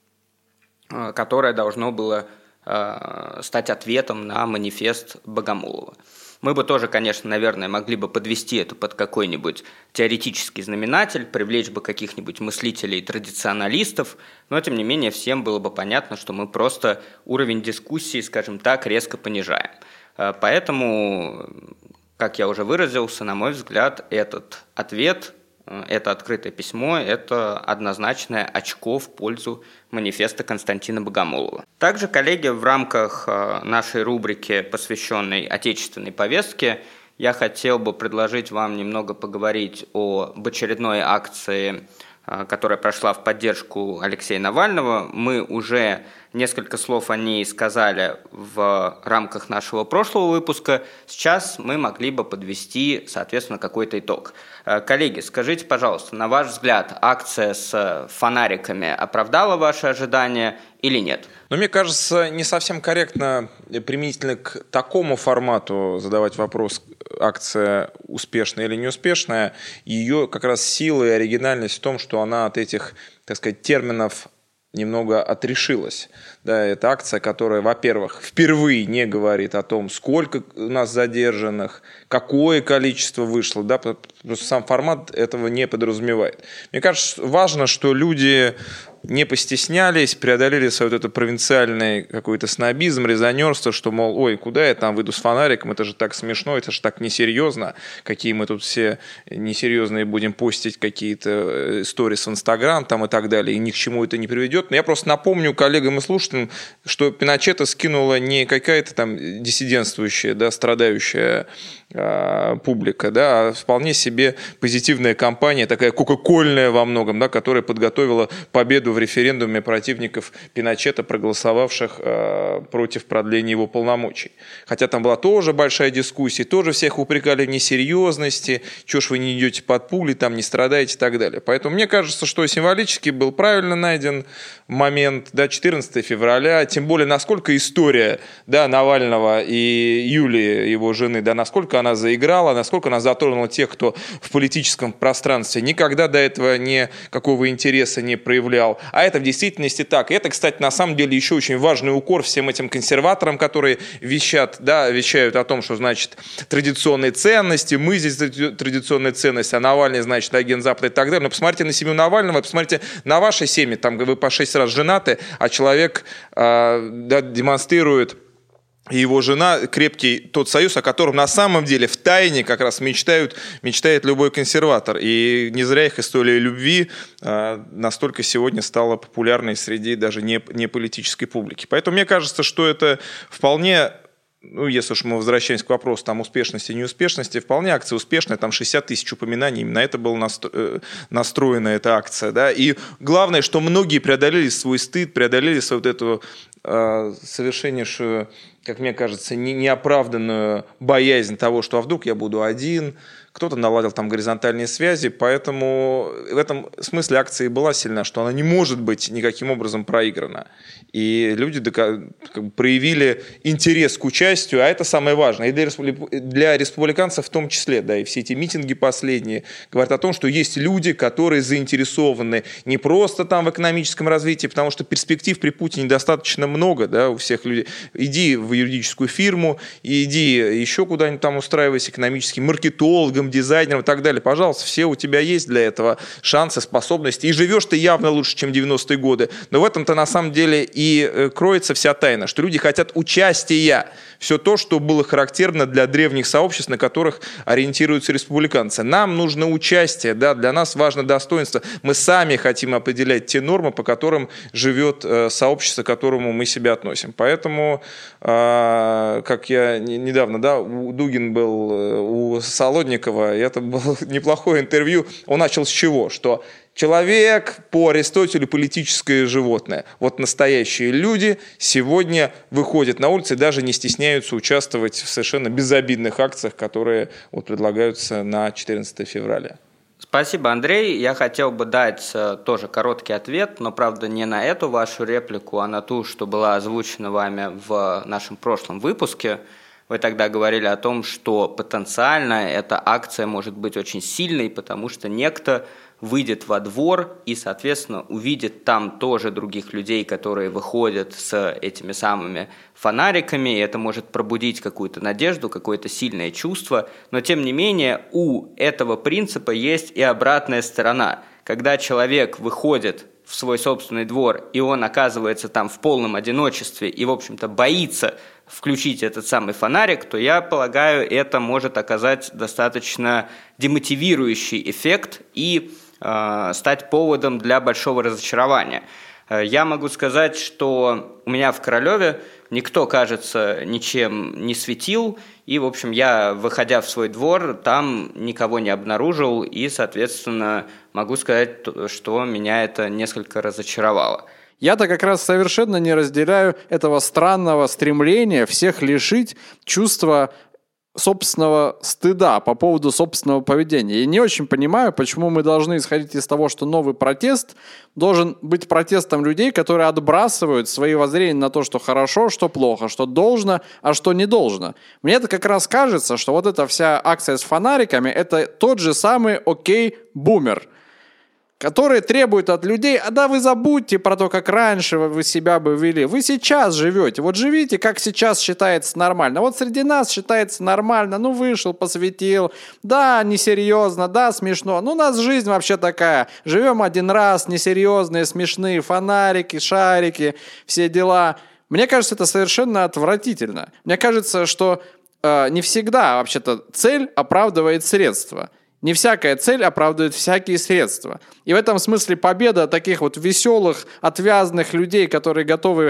которое должно было стать ответом на манифест Богомолова. Мы бы тоже, конечно, наверное, могли бы подвести это под какой-нибудь теоретический знаменатель, привлечь бы каких-нибудь мыслителей-традиционалистов, но, тем не менее, всем было бы понятно, что мы просто уровень дискуссии, скажем так, резко понижаем. Поэтому, как я уже выразился, на мой взгляд, этот ответ, это открытое письмо, это однозначное очко в пользу манифеста Константина Богомолова. Также, коллеги, в рамках нашей рубрики, посвященной отечественной повестке, я хотел бы предложить вам немного поговорить об очередной акции, которая прошла в поддержку Алексея Навального. Мы уже несколько слов о ней сказали в рамках нашего прошлого выпуска. Сейчас мы могли бы подвести, соответственно, какой-то итог. Коллеги, скажите, пожалуйста, на ваш взгляд, акция с фонариками оправдала ваши ожидания или нет? Но мне кажется, не совсем корректно применительно к такому формату задавать вопрос, акция успешная или неуспешная. Ее как раз сила и оригинальность в том, что она от этих, так сказать, терминов немного отрешилась. Да, это акция, которая, во-первых, впервые не говорит о том, сколько у нас задержанных, какое количество вышло, да, потому что сам формат этого не подразумевает. Мне кажется, важно, что люди не постеснялись, преодолели свой вот это провинциальный какой-то снобизм, резонерство, что, мол, ой, куда я там выйду с фонариком, это же так смешно, это же так несерьезно, какие мы тут все несерьезные будем постить какие-то сторис в Инстаграм там и так далее, и ни к чему это не приведет. Но я просто напомню коллегам и слушателям, мыслим, что Пиночета скинула не какая-то там диссидентствующая, да, страдающая э, публика, да, а вполне себе позитивная кампания, такая кока-кольная во многом, да, которая подготовила победу в референдуме противников Пиночета, проголосовавших э, против продления его полномочий. Хотя там была тоже большая дискуссия, тоже всех упрекали в несерьезности, чего ж вы не идете под пули, там не страдаете и так далее. Поэтому мне кажется, что символически был правильно найден момент, да, четырнадцатого февраля, тем более, насколько история, да, Навального и Юлии, его жены, да, насколько она заиграла, насколько она затронула тех, кто в политическом пространстве никогда до этого никакого интереса не проявлял. А это в действительности так. И это, кстати, на самом деле еще очень важный укор всем этим консерваторам, которые вещат, да, вещают о том, что, значит, традиционные ценности, мы здесь традиционные ценности, а Навальный, значит, агент Запада и так далее. Но посмотрите на семью Навального, посмотрите на ваши семьи, там вы по шесть раз женаты, а человек э, да, демонстрирует, и его жена, крепкий тот союз, о котором на самом деле в тайне как раз мечтают, мечтает любой консерватор. И не зря их история любви э, настолько сегодня стала популярной среди даже не, не политической публики. Поэтому мне кажется, что это вполне... Ну, если уж мы возвращаемся к вопросу там, успешности и неуспешности, вполне акция успешная, там шестьдесят тысяч упоминаний, именно это была настро... настроена эта акция. Да? И главное, что многие преодолели свой стыд, преодолели свою вот эту э, совершеннейшую, как мне кажется, не, неоправданную боязнь того, что а вдруг я буду один, кто-то наладил там горизонтальные связи, поэтому в этом смысле акция была сильна, что она не может быть никаким образом проиграна. И люди как бы проявили интерес к участию, а это самое важное. И для, республик... для республиканцев в том числе, да, и все эти митинги последние говорят о том, что есть люди, которые заинтересованы не просто там в экономическом развитии, потому что перспектив при Путине достаточно много, да, у всех людей. Иди в юридическую фирму, иди еще куда-нибудь там устраивайся экономическим маркетологом, дизайнером и так далее. Пожалуйста, все у тебя есть для этого шансы, способности. И живешь ты явно лучше, чем девяностые годы. Но в этом-то на самом деле и кроется вся тайна, что люди хотят участия. Все то, что было характерно для древних сообществ, на которых ориентируются республиканцы. Нам нужно участие, да, для нас важно достоинство. Мы сами хотим определять те нормы, по которым живет сообщество, к которому мы себя относим. Поэтому, как я недавно, да, у Дугин был у Солодникова, и это было неплохое интервью. Он начал с чего? Что человек по Аристотелю политическое животное. Вот настоящие люди сегодня выходят на улицы и даже не стесняются участвовать в совершенно безобидных акциях, которые вот предлагаются на четырнадцатого февраля. Спасибо, Андрей. Я хотел бы дать тоже короткий ответ, но, правда, не на эту вашу реплику, а на ту, что была озвучена вами в нашем прошлом выпуске. Вы тогда говорили о том, что потенциально эта акция может быть очень сильной, потому что некто выйдет во двор и, соответственно, увидит там тоже других людей, которые выходят с этими самыми фонариками, и это может пробудить какую-то надежду, какое-то сильное чувство. Но, тем не менее, у этого принципа есть и обратная сторона. Когда человек выходит в свой собственный двор, и он оказывается там в полном одиночестве и, в общем-то, боится включить этот самый фонарик, то, я полагаю, это может оказать достаточно демотивирующий эффект и э, стать поводом для большого разочарования. Я могу сказать, что у меня в Королеве никто, кажется, ничем не светил, и, в общем, я, выходя в свой двор, там никого не обнаружил, и, соответственно, могу сказать, что меня это несколько разочаровало. Я-то как раз совершенно не разделяю этого странного стремления всех лишить чувства собственного стыда по поводу собственного поведения. Я не очень понимаю, почему мы должны исходить из того, что новый протест должен быть протестом людей, которые отбрасывают свои воззрения на то, что хорошо, что плохо, что должно, а что не должно. Мне это как раз кажется, что вот эта вся акция с фонариками — это тот же самый окей-бумер, которые требуют от людей: а да вы забудьте про то, как раньше вы себя бы вели. Вы сейчас живете. Вот живите, как сейчас считается нормально. Вот среди нас считается нормально. Ну, вышел, посветил. Да, несерьезно, да, смешно. Ну, у нас жизнь вообще такая. Живем один раз, несерьезные, смешные фонарики, шарики, все дела. Мне кажется, это совершенно отвратительно. Мне кажется, что э, не всегда вообще-то цель оправдывает средства. Не всякая цель оправдывает всякие средства. И в этом смысле победа таких вот веселых, отвязных людей, которые готовы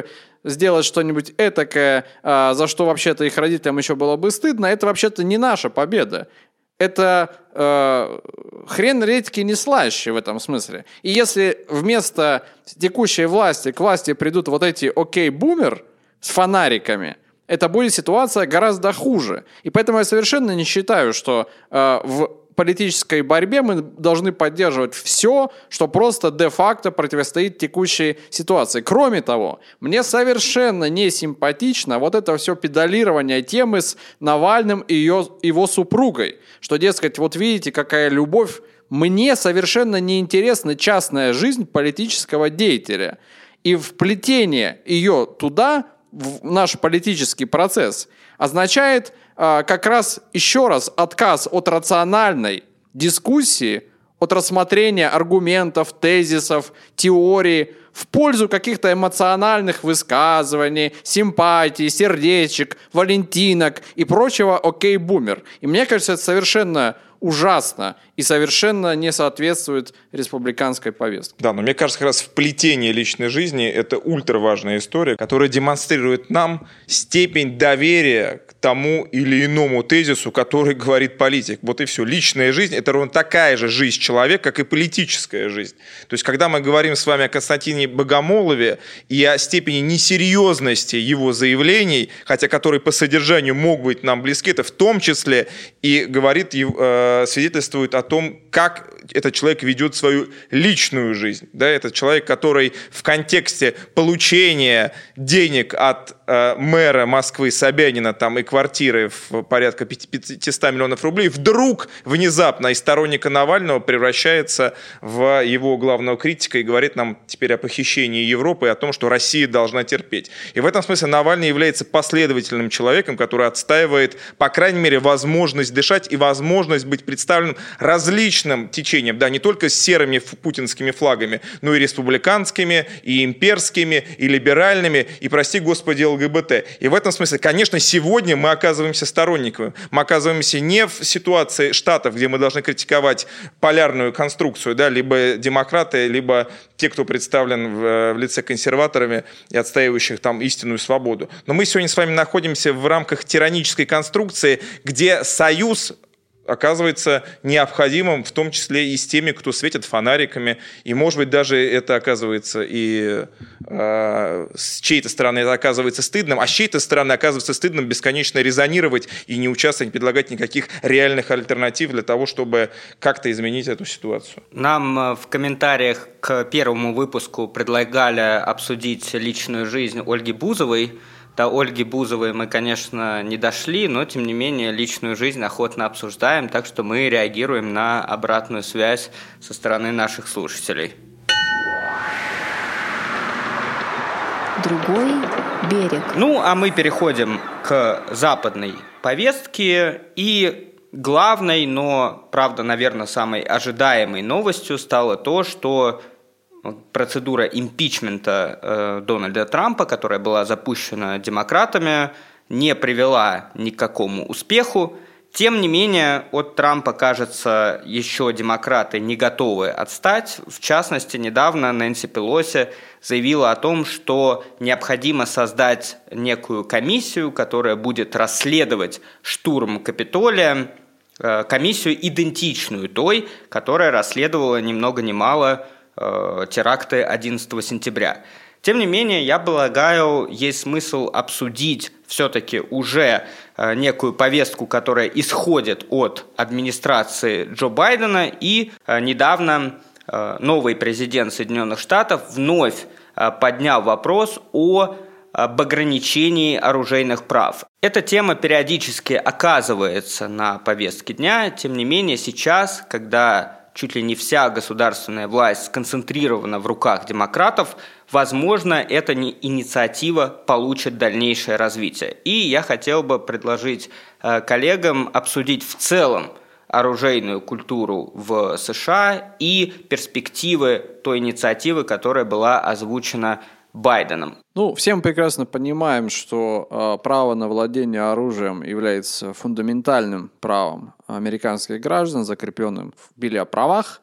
сделать что-нибудь этакое, за что вообще-то их родителям еще было бы стыдно, это вообще-то не наша победа. Это э, хрен редьки не слаще в этом смысле. И если вместо текущей власти к власти придут вот эти окей-бумер с фонариками, это будет ситуация гораздо хуже. И поэтому я совершенно не считаю, что э, в политической борьбе мы должны поддерживать все, что просто де-факто противостоит текущей ситуации. Кроме того, мне совершенно не симпатично вот это все педалирование темы с Навальным и ее, его супругой. Что, дескать, вот видите, какая любовь. Мне совершенно неинтересна частная жизнь политического деятеля. И вплетение ее туда, в наш политический процесс, означает как раз еще раз отказ от рациональной дискуссии, от рассмотрения аргументов, тезисов, теорий в пользу каких-то эмоциональных высказываний, симпатий, сердечек, валентинок и прочего окей-бумер. И мне кажется, это совершенно ужасно и совершенно не соответствует республиканской повестке. Да, но мне кажется, как раз вплетение личной жизни – это ультраважная история, которая демонстрирует нам степень доверия к тому или иному тезису, который говорит политик. Вот и все. Личная жизнь – это ровно такая же жизнь человека, как и политическая жизнь. То есть, когда мы говорим с вами о Константине Богомолове и о степени несерьезности его заявлений, хотя которые по содержанию могут быть нам близки, это в том числе и говорит, свидетельствует о том, как этот человек ведет свою личную жизнь. Да, это человек, который в контексте получения денег от э, мэра Москвы Собянина там, и квартиры в порядка пятьсот миллионов рублей вдруг внезапно из сторонника Навального превращается в его главного критика и говорит нам теперь о похищении Европы и о том, что Россия должна терпеть. И в этом смысле Навальный является последовательным человеком, который отстаивает, по крайней мере, возможность дышать и возможность быть представленным различным течением, да, не только с серыми путинскими флагами, но и республиканскими, и имперскими, и либеральными, и, прости господи, ЛГБТ. И в этом смысле, конечно, сегодня мы оказываемся сторонниками. Мы оказываемся не в ситуации Штатов, где мы должны критиковать полярную конструкцию, да, либо демократы, либо те, кто представлен в, в лице консерваторами и отстаивающих там истинную свободу. Но мы сегодня с вами находимся в рамках тиранической конструкции, где союз оказывается необходимым, в том числе и с теми, кто светит фонариками. И, может быть, даже это оказывается и э, с чьей-то стороны это оказывается стыдным, а с чьей-то стороны оказывается стыдным бесконечно резонировать и не участвовать, не предлагать никаких реальных альтернатив для того, чтобы как-то изменить эту ситуацию. Нам в комментариях к первому выпуску предлагали обсудить личную жизнь Ольги Бузовой. До Ольги Бузовой мы, конечно, не дошли, но, тем не менее, личную жизнь охотно обсуждаем, так что мы реагируем на обратную связь со стороны наших слушателей. Другой берег. Ну, а мы переходим к западной повестке, и главной, но, правда, наверное, самой ожидаемой новостью стало то, что процедура импичмента э, Дональда Трампа, которая была запущена демократами, не привела ни к какому успеху. Тем не менее, от Трампа, кажется, еще демократы не готовы отстать. В частности, недавно Нэнси Пелоси заявила о том, что необходимо создать некую комиссию, которая будет расследовать штурм Капитолия, э, комиссию, идентичную той, которая расследовала ни много ни мало теракты одиннадцатого сентября. Тем не менее, я полагаю, есть смысл обсудить все-таки уже некую повестку, которая исходит от администрации Джо Байдена, и недавно новый президент Соединенных Штатов вновь поднял вопрос о об ограничении оружейных прав. Эта тема периодически оказывается на повестке дня, тем не менее сейчас, когда чуть ли не вся государственная власть сконцентрирована в руках демократов, возможно, эта инициатива получит дальнейшее развитие. И я хотел бы предложить э, коллегам обсудить в целом оружейную культуру в США и перспективы той инициативы, которая была озвучена Байденом. Ну, все мы прекрасно понимаем, что э, право на владение оружием является фундаментальным правом американских граждан, закрепленным в Билле о правах.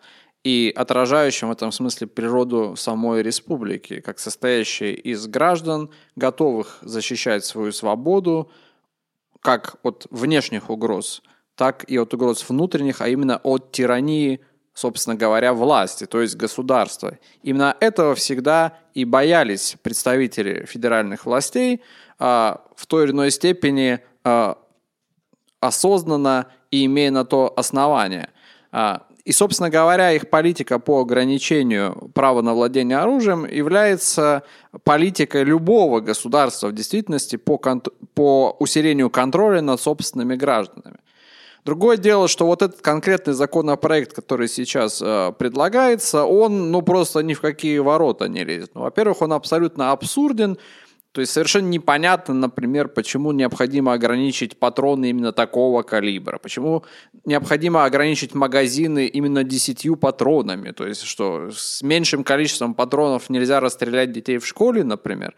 и отражающим в этом смысле природу самой республики, как состоящей из граждан, готовых защищать свою свободу, как от внешних угроз, так и от угроз внутренних, а именно от тирании, собственно говоря, власти, то есть государства. Именно этого всегда и боялись представители федеральных властей, а, в той или иной степени а, осознанно и имея на то основание. А, И, собственно говоря, их политика по ограничению права на владение оружием является политикой любого государства в действительности по, кон- по усилению контроля над собственными гражданами. Другое дело, что вот этот конкретный законопроект, который сейчас э, предлагается, он ну, просто ни в какие ворота не лезет. Ну, во-первых, он абсолютно абсурден. То есть совершенно непонятно, например, почему необходимо ограничить патроны именно такого калибра, почему необходимо ограничить магазины именно десятью патронами, то есть что с меньшим количеством патронов нельзя расстрелять детей в школе, например.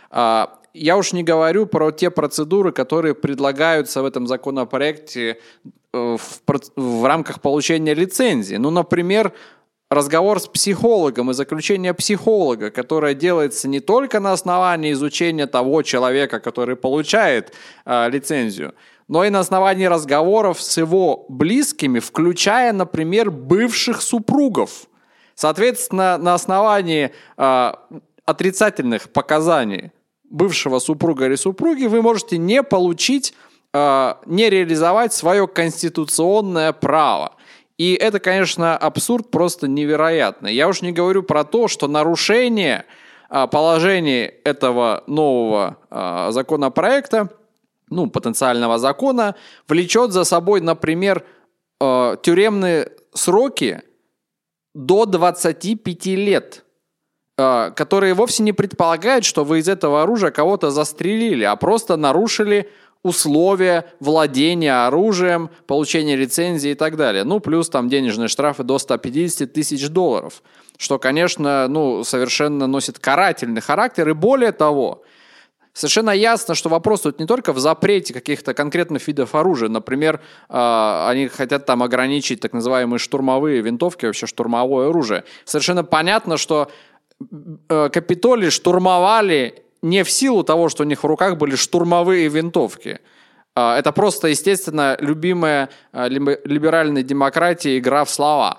Я уж не говорю про те процедуры, которые предлагаются в этом законопроекте в, в рамках получения лицензии. Ну, например, разговор с психологом и заключение психолога, которое делается не только на основании изучения того человека, который получает э, лицензию, но и на основании разговоров с его близкими, включая, например, бывших супругов. Соответственно, на основании э, отрицательных показаний бывшего супруга или супруги вы можете не получить, э, не реализовать свое конституционное право. И это, конечно, абсурд просто невероятный. Я уж не говорю про то, что нарушение а, положений этого нового а, законопроекта, ну, потенциального закона, влечет за собой, например, а, тюремные сроки до двадцати пяти лет, а, которые вовсе не предполагают, что вы из этого оружия кого-то застрелили, а просто нарушили условия владения оружием, получения лицензии и так далее. Ну, плюс там денежные штрафы до ста пятидесяти тысяч долларов, что, конечно, ну, совершенно носит карательный характер. И более того, совершенно ясно, что вопрос тут не только в запрете каких-то конкретных видов оружия. Например, э, они хотят там ограничить так называемые штурмовые винтовки, вообще штурмовое оружие. Совершенно понятно, что э, Капитолий штурмовали не в силу того, что у них в руках были штурмовые винтовки. Это просто, естественно, любимая либеральной демократии игра в слова.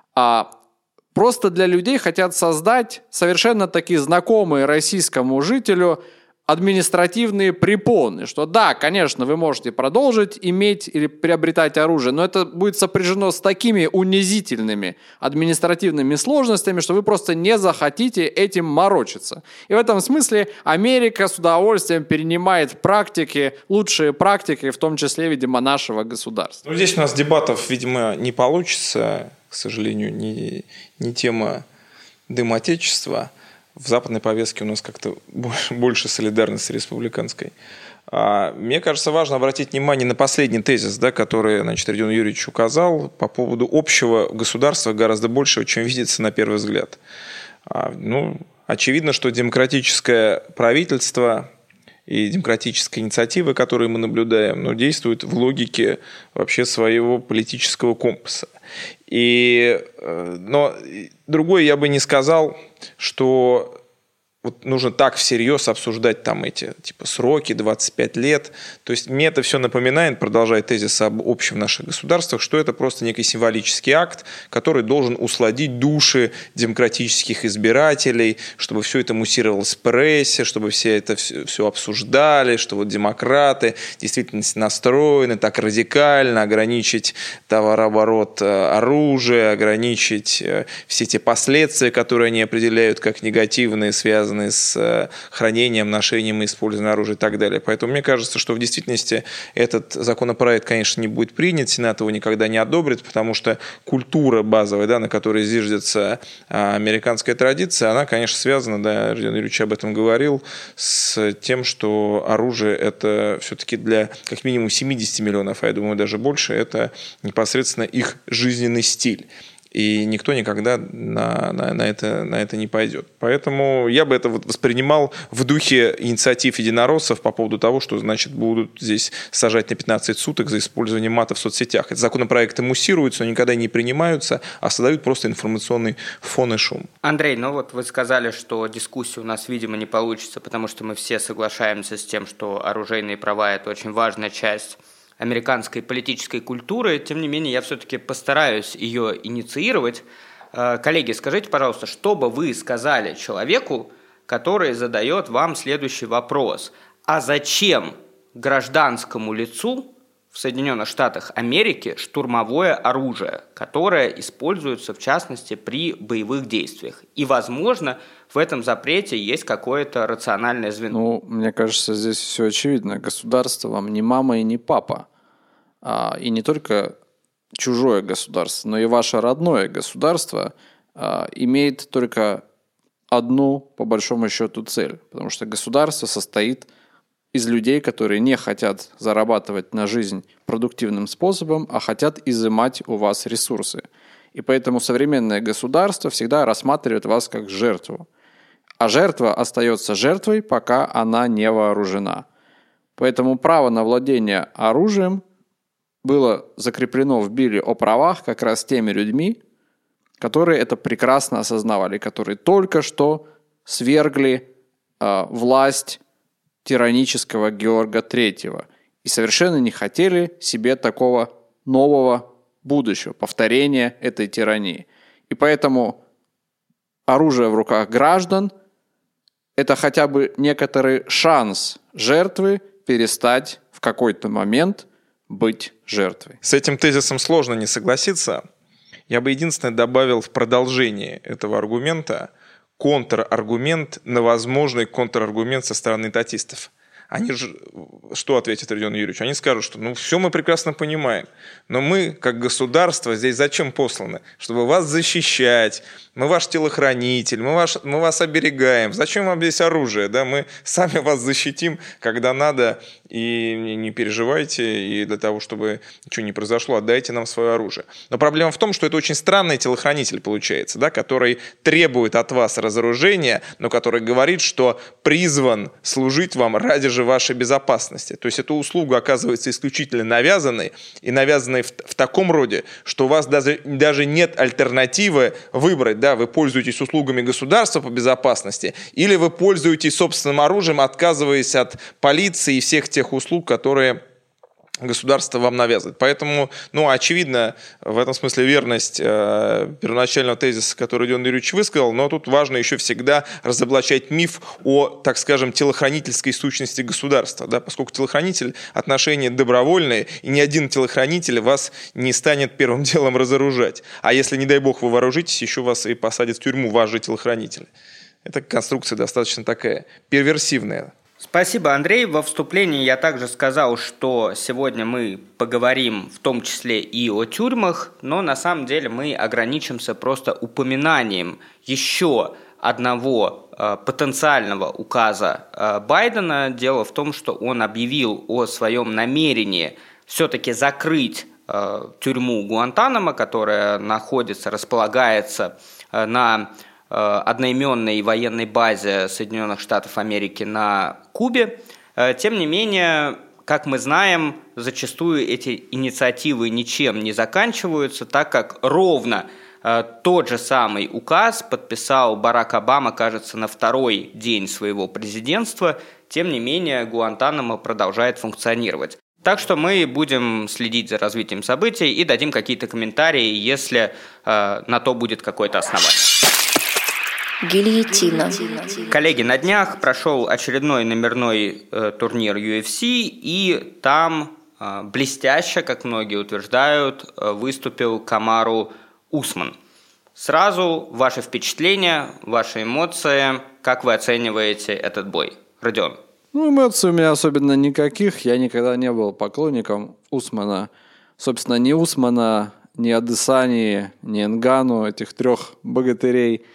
Просто для людей хотят создать совершенно такие знакомые российскому жителю административные препоны, что да, конечно, вы можете продолжить иметь или приобретать оружие, но это будет сопряжено с такими унизительными административными сложностями, что вы просто не захотите этим морочиться. И в этом смысле Америка с удовольствием перенимает практики, лучшие практики, в том числе, видимо, нашего государства. Ну, здесь у нас дебатов, видимо, не получится, к сожалению, не, не тема дым Отечества. В западной повестке у нас как-то больше солидарности республиканской. А мне кажется, важно обратить внимание на последний тезис, да, который, значит, Родион Юрьевич указал по поводу общего государства гораздо большего, чем видится на первый взгляд. А, ну, очевидно, что демократическое правительство и демократические инициативы, которые мы наблюдаем, ну, действуют в логике вообще своего политического компаса. И, но другое я бы не сказал, что вот нужно так всерьез обсуждать там эти типа сроки, двадцать пять лет. То есть мне это все напоминает, продолжая тезис об общем в наших государствах, что это просто некий символический акт, который должен усладить души демократических избирателей, чтобы все это муссировалось в прессе, чтобы все это все, все обсуждали, что вот демократы действительно настроены так радикально ограничить товарооборот оружия, ограничить все те последствия, которые они определяют как негативные, связанные с хранением, ношением и использованием оружия и так далее. Поэтому мне кажется, что в действительности этот законопроект, конечно, не будет принят, Сенат его никогда не одобрит, потому что культура базовая, да, на которой зиждется американская традиция, она, конечно, связана, да, Родион Юрьевич об этом говорил, с тем, что оружие это все-таки для как минимум семидесяти миллионов, а я думаю даже больше, это непосредственно их жизненный стиль. и никто никогда на, на, на, это, на это не пойдет. Поэтому я бы это вот воспринимал в духе инициатив единороссов по поводу того, что, значит, будут здесь сажать на пятнадцать суток за использование мата в соцсетях. Эти законопроекты муссируются, но никогда не принимаются, а создают просто информационный фон и шум. Андрей, ну вот вы сказали, что дискуссия у нас, видимо, не получится, потому что мы все соглашаемся с тем, что оружейные права – это очень важная часть американской политической культуры. Тем не менее, я все-таки постараюсь ее инициировать. Коллеги, скажите, пожалуйста, что бы вы сказали человеку, который задает вам следующий вопрос? А зачем гражданскому лицу в Соединенных Штатах Америки штурмовое оружие, которое используется, в частности, при боевых действиях? И, возможно, в этом запрете есть какое-то рациональное звено. Ну, мне кажется, здесь все очевидно. Государство вам не мама и не папа. А, и не только чужое государство, но и ваше родное государство а, имеет только одну, по большому счету, цель. Потому что государство состоит из людей, которые не хотят зарабатывать на жизнь продуктивным способом, а хотят изымать у вас ресурсы. И поэтому современное государство всегда рассматривает вас как жертву. А жертва остается жертвой, пока она не вооружена. Поэтому право на владение оружием было закреплено в Билле о правах как раз теми людьми, которые это прекрасно осознавали, которые только что свергли э, власть тиранического Георга Третьего и совершенно не хотели себе такого нового будущего, повторения этой тирании. И поэтому оружие в руках граждан – это хотя бы некоторый шанс жертвы перестать в какой-то момент быть жертвой. С этим тезисом сложно не согласиться. Я бы единственное добавил в продолжение этого аргумента контраргумент на возможный контраргумент со стороны татистов. Они же что ответит Родион Юрьевич? Они скажут, что ну все мы прекрасно понимаем, но мы, как государство, здесь зачем посланы? Чтобы вас защищать, мы ваш телохранитель, мы, ваш, мы вас оберегаем. Зачем вам здесь оружие? Да? Мы сами вас защитим, когда надо, и не переживайте, и для того, чтобы ничего не произошло, отдайте нам свое оружие. Но проблема в том, что это очень странный телохранитель получается, да, который требует от вас разоружения, но который говорит, что призван служить вам ради же вашей безопасности. То есть эта услуга оказывается исключительно навязанной, и навязанной в, в таком роде, что у вас даже, даже нет альтернативы выбрать, да, вы пользуетесь услугами государства по безопасности, или вы пользуетесь собственным оружием, отказываясь от полиции и всех тех услуг, которые государство вам навязывает. Поэтому, ну, очевидно, в этом смысле верность э, первоначального тезиса, который Родион Юрьевич высказал, но тут важно еще всегда разоблачать миф о, так скажем, телохранительской сущности государства, да, поскольку телохранитель – отношения добровольные, и ни один телохранитель вас не станет первым делом разоружать. А если, не дай бог, вы вооружитесь, еще вас и посадят в тюрьму, ваш же телохранитель. Эта конструкция достаточно такая перверсивная. Спасибо, Андрей. Во вступлении я также сказал, что сегодня мы поговорим в том числе и о тюрьмах, но на самом деле мы ограничимся просто упоминанием еще одного э, потенциального указа э, Байдена. Дело в том, что он объявил о своем намерении все-таки закрыть э, тюрьму Гуантанамо, которая находится, располагается э, на одноименной военной базе Соединенных Штатов Америки на Кубе. Тем не менее, как мы знаем, зачастую эти инициативы ничем не заканчиваются, так как ровно тот же самый указ подписал Барак Обама, кажется, на второй день своего президентства. Тем не менее, Гуантанамо продолжает функционировать. Так что мы будем следить за развитием событий и дадим какие-то комментарии, если э, на то будет какое-то основание. Гильотина. Коллеги, на днях прошел очередной номерной э, турнир ю эф си, и там э, блестяще, как многие утверждают, э, выступил Камару Усман. Сразу ваши впечатления, ваши эмоции, как вы оцениваете этот бой? Родион. Ну, эмоций у меня особенно никаких. Я никогда не был поклонником Усмана. Собственно, ни Усмана, ни Адесании, ни Нгану, этих трех богатырей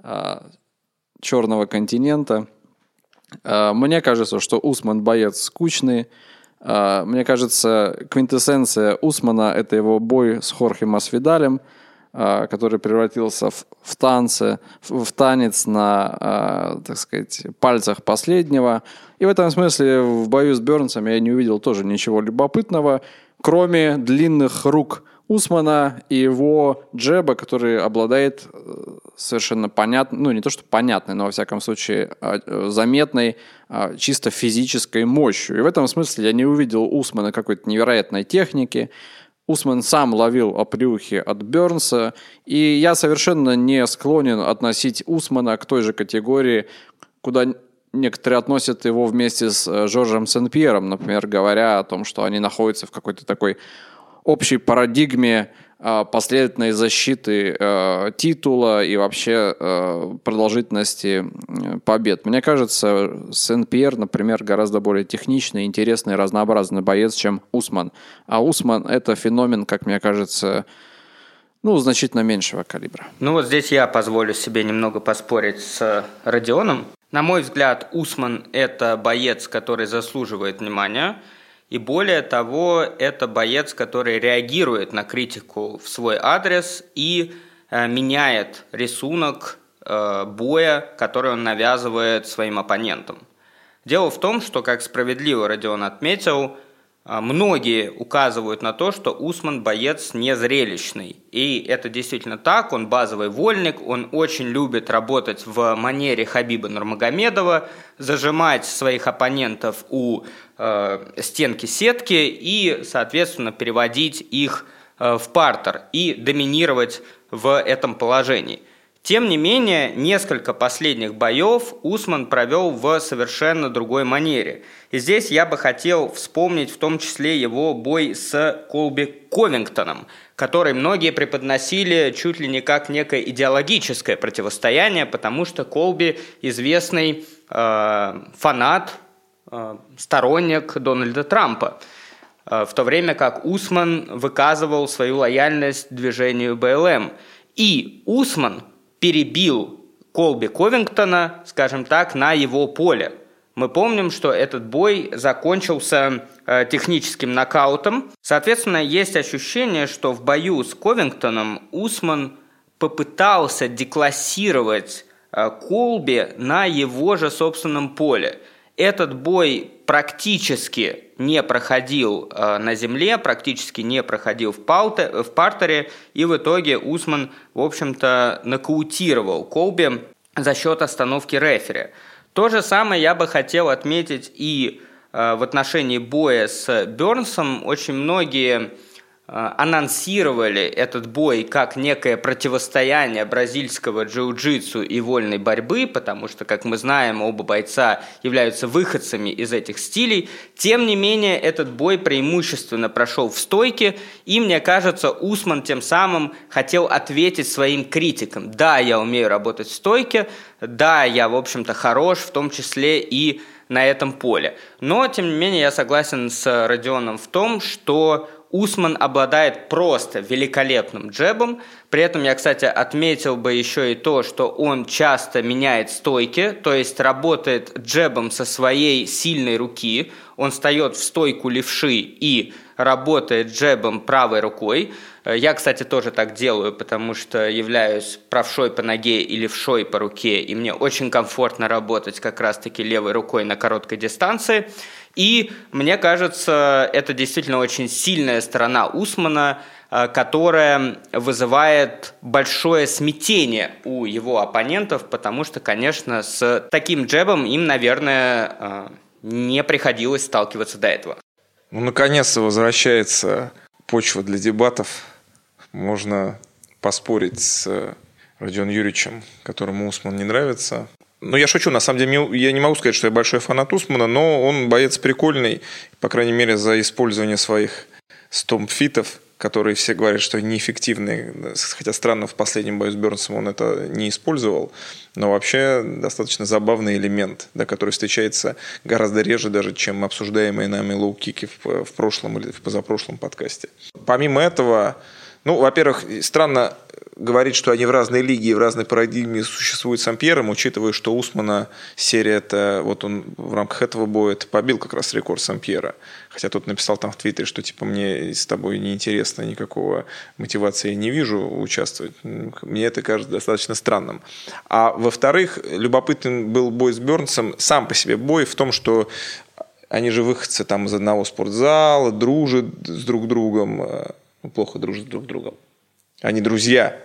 черного континента. Мне кажется, что Усман боец скучный. Мне кажется, квинтэссенция Усмана – это его бой с Хорхе Масвидалем. который превратился в, в, танце, в, в танец на, так сказать, пальцах последнего. И в этом смысле в бою с Бернсом я не увидел тоже ничего любопытного, кроме длинных рук Усмана и его джеба, который обладает совершенно понятной, ну не то что понятной, но во всяком случае заметной чисто физической мощью. И в этом смысле я не увидел у Усмана какой-то невероятной техники. Усман сам ловил оплеухи от Бернса, и я совершенно не склонен относить Усмана к той же категории, куда некоторые относят его вместе с Жоржем Сен-Пьером, например, говоря о том, что они находятся в какой-то такой общей парадигме э, последовательной защиты э, титула и вообще э, продолжительности э, побед. Мне кажется, Сен-Пьер, например, гораздо более техничный, интересный, разнообразный боец, чем Усман. А Усман – это феномен, как мне кажется, ну, значительно меньшего калибра. Ну вот здесь я позволю себе немного поспорить с Родионом. На мой взгляд, Усман – это боец, который заслуживает внимания. И более того, это боец, который реагирует на критику в свой адрес и э, меняет рисунок э, боя, который он навязывает своим оппонентам. Дело в том, что, как справедливо Родион отметил, э, многие указывают на то, что Усман боец незрелищный. И это действительно так, он базовый вольник, он очень любит работать в манере Хабиба Нурмагомедова, зажимать своих оппонентов у стенки сетки и, соответственно, переводить их в партер и доминировать в этом положении. Тем не менее, несколько последних боев Усман провел в совершенно другой манере. И здесь я бы хотел вспомнить в том числе его бой с Колби Ковингтоном, который многие преподносили чуть ли не как некое идеологическое противостояние, потому что Колби известный э, фанат, сторонник Дональда Трампа, в то время как Усман выказывал свою лояльность движению бэ эл эм. И Усман перебил Колби Ковингтона, скажем так, на его поле. Мы помним, что этот бой закончился техническим нокаутом. Соответственно, есть ощущение, что в бою с Ковингтоном Усман попытался деклассировать Колби на его же собственном поле. Этот бой практически не проходил э, на земле, практически не проходил в, палте, в партере, и в итоге Усман, в общем-то, нокаутировал Колби за счет остановки рефери. То же самое я бы хотел отметить и э, в отношении боя с Бернсом. Очень многие анонсировали этот бой как некое противостояние бразильского джиу-джитсу и вольной борьбы, потому что, как мы знаем, оба бойца являются выходцами из этих стилей. Тем не менее, этот бой преимущественно прошел в стойке, и, мне кажется, Усман тем самым хотел ответить своим критикам. Да, я умею работать в стойке, да, я, в общем-то, хорош, в том числе и на этом поле. Но, тем не менее, я согласен с Родионом в том, что Усман обладает просто великолепным джебом. При этом я, кстати, отметил бы еще и то, что он часто меняет стойки, то есть работает джебом со своей сильной руки. Он встает в стойку левши и работает джебом правой рукой. Я, кстати, тоже так делаю, потому что являюсь правшой по ноге и левшой по руке, и мне очень комфортно работать как раз-таки левой рукой на короткой дистанции. И мне кажется, это действительно очень сильная сторона Усмана, которая вызывает большое смятение у его оппонентов, потому что, конечно, с таким джебом им, наверное, не приходилось сталкиваться до этого. Ну, наконец-то возвращается почва для дебатов. Можно поспорить с Родионом Юрьевичем, которому Усман не нравится. Ну, я шучу, на самом деле, я не могу сказать, что я большой фанат Усмана, но он боец прикольный, по крайней мере, за использование своих стомпфитов, которые все говорят, что неэффективны, хотя странно, в последнем бою с Бернсом он это не использовал, но вообще достаточно забавный элемент, да, который встречается гораздо реже даже, чем обсуждаемые нами лоу-кики в, в прошлом или в позапрошлом подкасте. Помимо этого, ну, во-первых, странно говорить, что они в разной лиге и в разной парадигме существуют с Сан-Пьером, учитывая, что Усмана серия, это вот он в рамках этого боя побил как раз рекорд Сан-Пьера. Хотя тот написал там в Твиттере, что типа мне с тобой неинтересно, никакого мотивации я не вижу участвовать. Мне это кажется достаточно странным. А во-вторых, любопытный был бой с Бернсом, сам по себе бой в том, что они же выходцы там из одного спортзала, дружат с друг другом, плохо дружат друг с другом. Они друзья.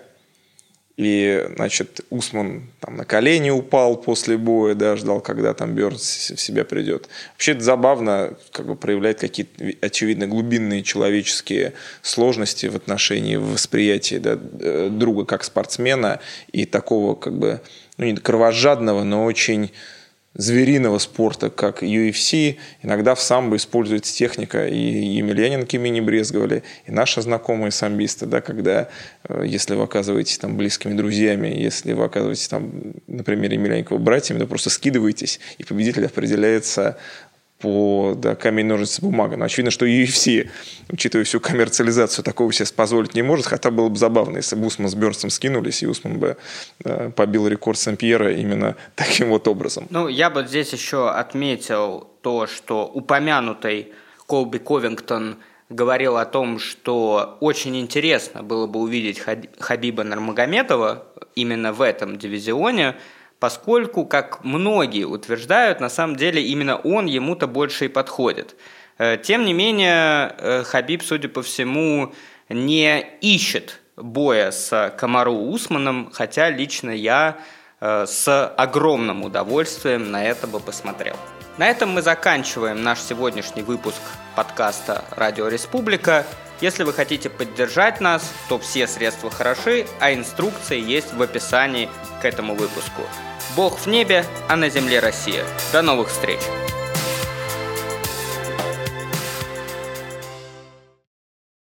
И, значит, Усман там на колени упал после боя, да, ждал, когда там Бернс в себя придет. Вообще это забавно, как бы проявляет какие-то, очевидно, глубинные человеческие сложности в отношении восприятия, да, друга как спортсмена и такого, как бы, ну, не кровожадного, но очень звериного спорта, как ю эф си. Иногда в самбо используется техника, и емельяненками не брезговали, и наши знакомые самбисты, да, когда, если вы оказываетесь там близкими друзьями, если вы оказываетесь там, например, Емельяненкова братьями, то просто скидываетесь, и победитель определяется по, да, камень, ножницы, бумага. Но очевидно, что ю эф си, учитывая всю коммерциализацию, такого себе позволить не может, хотя было бы забавно, если бы Усман с Бернсом скинулись, и Усман бы да, побил рекорд Сан-Пьера именно таким вот образом. Ну, я бы здесь еще отметил то, что упомянутый Колби Ковингтон говорил о том, что очень интересно было бы увидеть Хабиба Нурмагомедова именно в этом дивизионе, поскольку, как многие утверждают, на самом деле именно он ему-то больше и подходит. Тем не менее, Хабиб, судя по всему, не ищет боя с Камару Усманом, хотя лично я с огромным удовольствием на это бы посмотрел. На этом мы заканчиваем наш сегодняшний выпуск подкаста «Радио Республика». Если вы хотите поддержать нас, то все средства хороши, а инструкции есть в описании к этому выпуску. Бог в небе, а на земле Россия. До новых встреч!